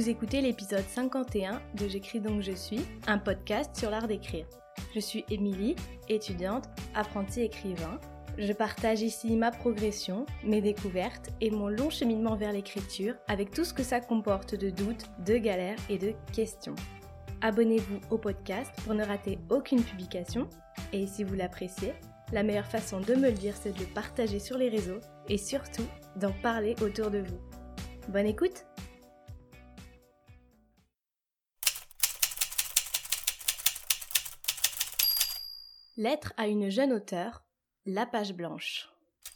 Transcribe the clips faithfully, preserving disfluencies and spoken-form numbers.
Vous écoutez l'épisode cinquante et un de J'écris donc je suis, un podcast sur l'art d'écrire. Je suis Émilie, étudiante, apprentie écrivain. Je partage ici ma progression, mes découvertes et mon long cheminement vers l'écriture avec tout ce que ça comporte de doutes, de galères et de questions. Abonnez-vous au podcast pour ne rater aucune publication et si vous l'appréciez, la meilleure façon de me le dire c'est de le partager sur les réseaux et surtout d'en parler autour de vous. Bonne écoute! Lettre à une jeune auteure, la page blanche.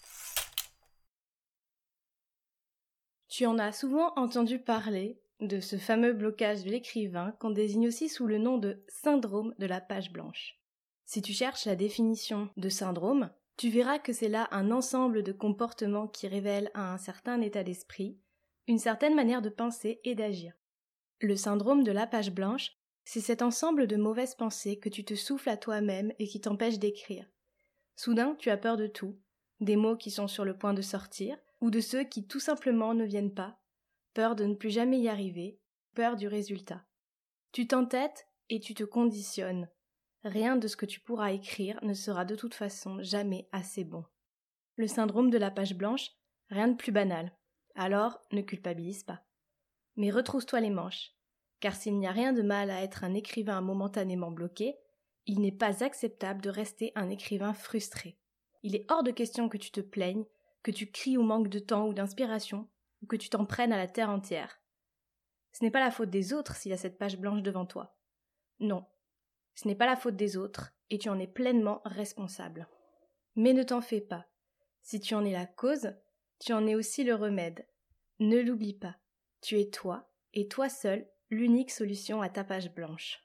Tu en as souvent entendu parler de ce fameux blocage de l'écrivain qu'on désigne aussi sous le nom de syndrome de la page blanche. Si tu cherches la définition de syndrome, tu verras que c'est là un ensemble de comportements qui révèlent un certain état d'esprit, une certaine manière de penser et d'agir. Le syndrome de la page blanche, c'est cet ensemble de mauvaises pensées que tu te souffles à toi-même et qui t'empêchent d'écrire. Soudain, tu as peur de tout, des mots qui sont sur le point de sortir, ou de ceux qui tout simplement ne viennent pas, peur de ne plus jamais y arriver, peur du résultat. Tu t'entêtes et tu te conditionnes. Rien de ce que tu pourras écrire ne sera de toute façon jamais assez bon. Le syndrome de la page blanche, rien de plus banal. Alors, ne culpabilise pas. Mais retrousse-toi les manches, car s'il n'y a rien de mal à être un écrivain momentanément bloqué, il n'est pas acceptable de rester un écrivain frustré. Il est hors de question que tu te plaignes, que tu cries au manque de temps ou d'inspiration, ou que tu t'en prennes à la terre entière. Ce n'est pas la faute des autres s'il y a cette page blanche devant toi. Non, ce n'est pas la faute des autres, et tu en es pleinement responsable. Mais ne t'en fais pas. Si tu en es la cause, tu en es aussi le remède. Ne l'oublie pas. Tu es toi, et toi seul, l'unique solution à ta page blanche.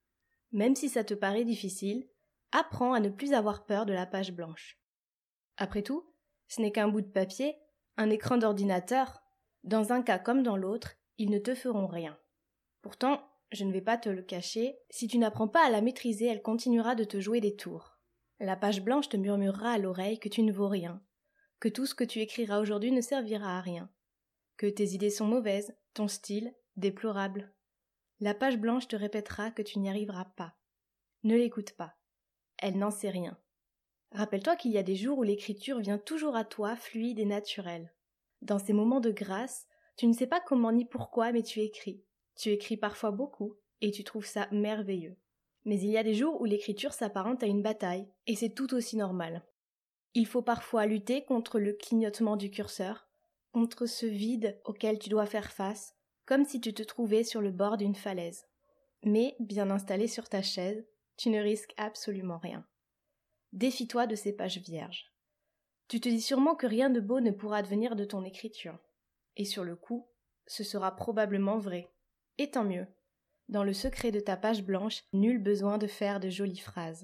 Même si ça te paraît difficile, apprends à ne plus avoir peur de la page blanche. Après tout, ce n'est qu'un bout de papier, un écran d'ordinateur. Dans un cas comme dans l'autre, ils ne te feront rien. Pourtant, je ne vais pas te le cacher, si tu n'apprends pas à la maîtriser, elle continuera de te jouer des tours. La page blanche te murmurera à l'oreille que tu ne vaux rien, que tout ce que tu écriras aujourd'hui ne servira à rien, que tes idées sont mauvaises, ton style déplorable. La page blanche te répétera que tu n'y arriveras pas. Ne l'écoute pas. Elle n'en sait rien. Rappelle-toi qu'il y a des jours où l'écriture vient toujours à toi, fluide et naturelle. Dans ces moments de grâce, tu ne sais pas comment ni pourquoi, mais tu écris. Tu écris parfois beaucoup, et tu trouves ça merveilleux. Mais il y a des jours où l'écriture s'apparente à une bataille, et c'est tout aussi normal. Il faut parfois lutter contre le clignotement du curseur, contre ce vide auquel tu dois faire face, comme si tu te trouvais sur le bord d'une falaise. Mais, bien installé sur ta chaise, tu ne risques absolument rien. Défie-toi de ces pages vierges. Tu te dis sûrement que rien de beau ne pourra advenir de ton écriture. Et sur le coup, ce sera probablement vrai. Et tant mieux. Dans le secret de ta page blanche, nul besoin de faire de jolies phrases.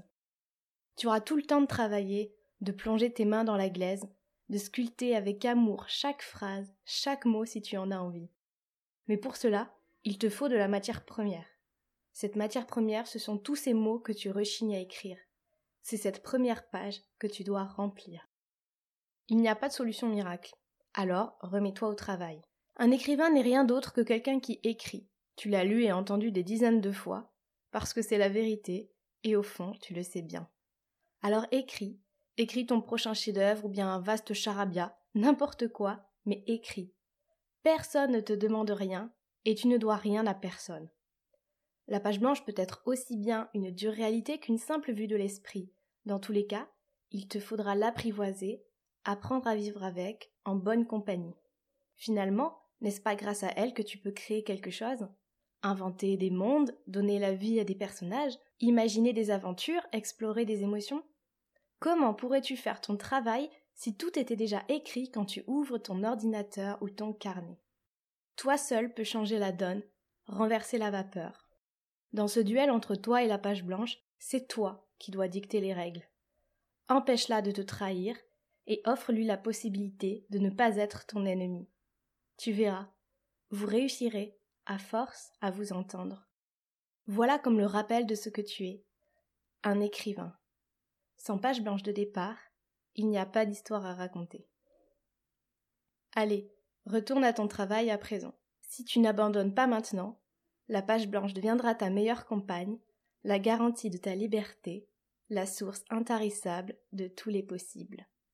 Tu auras tout le temps de travailler, de plonger tes mains dans la glaise, de sculpter avec amour chaque phrase, chaque mot si tu en as envie. Mais pour cela, il te faut de la matière première. Cette matière première, ce sont tous ces mots que tu rechignes à écrire. C'est cette première page que tu dois remplir. Il n'y a pas de solution miracle. Alors, remets-toi au travail. Un écrivain n'est rien d'autre que quelqu'un qui écrit. Tu l'as lu et entendu des dizaines de fois, parce que c'est la vérité, et au fond, tu le sais bien. Alors écris. Écris ton prochain chef-d'œuvre ou bien un vaste charabia, n'importe quoi, mais écris. Personne ne te demande rien, et tu ne dois rien à personne. La page blanche peut être aussi bien une dure réalité qu'une simple vue de l'esprit. Dans tous les cas, il te faudra l'apprivoiser, apprendre à vivre avec, en bonne compagnie. Finalement, n'est-ce pas grâce à elle que tu peux créer quelque chose ? Inventer des mondes, donner la vie à des personnages, imaginer des aventures, explorer des émotions ? Comment pourrais-tu faire ton travail si tout était déjà écrit quand tu ouvres ton ordinateur ou ton carnet ? Toi seul peux changer la donne, renverser la vapeur. Dans ce duel entre toi et la page blanche, c'est toi qui dois dicter les règles. Empêche-la de te trahir et offre-lui la possibilité de ne pas être ton ennemi. Tu verras, vous réussirez, à force, à vous entendre. Voilà comme le rappel de ce que tu es, un écrivain. Sans page blanche de départ, il n'y a pas d'histoire à raconter. Allez, retourne à ton travail à présent. Si tu n'abandonnes pas maintenant, la page blanche deviendra ta meilleure compagne, la garantie de ta liberté, la source intarissable de tous les possibles.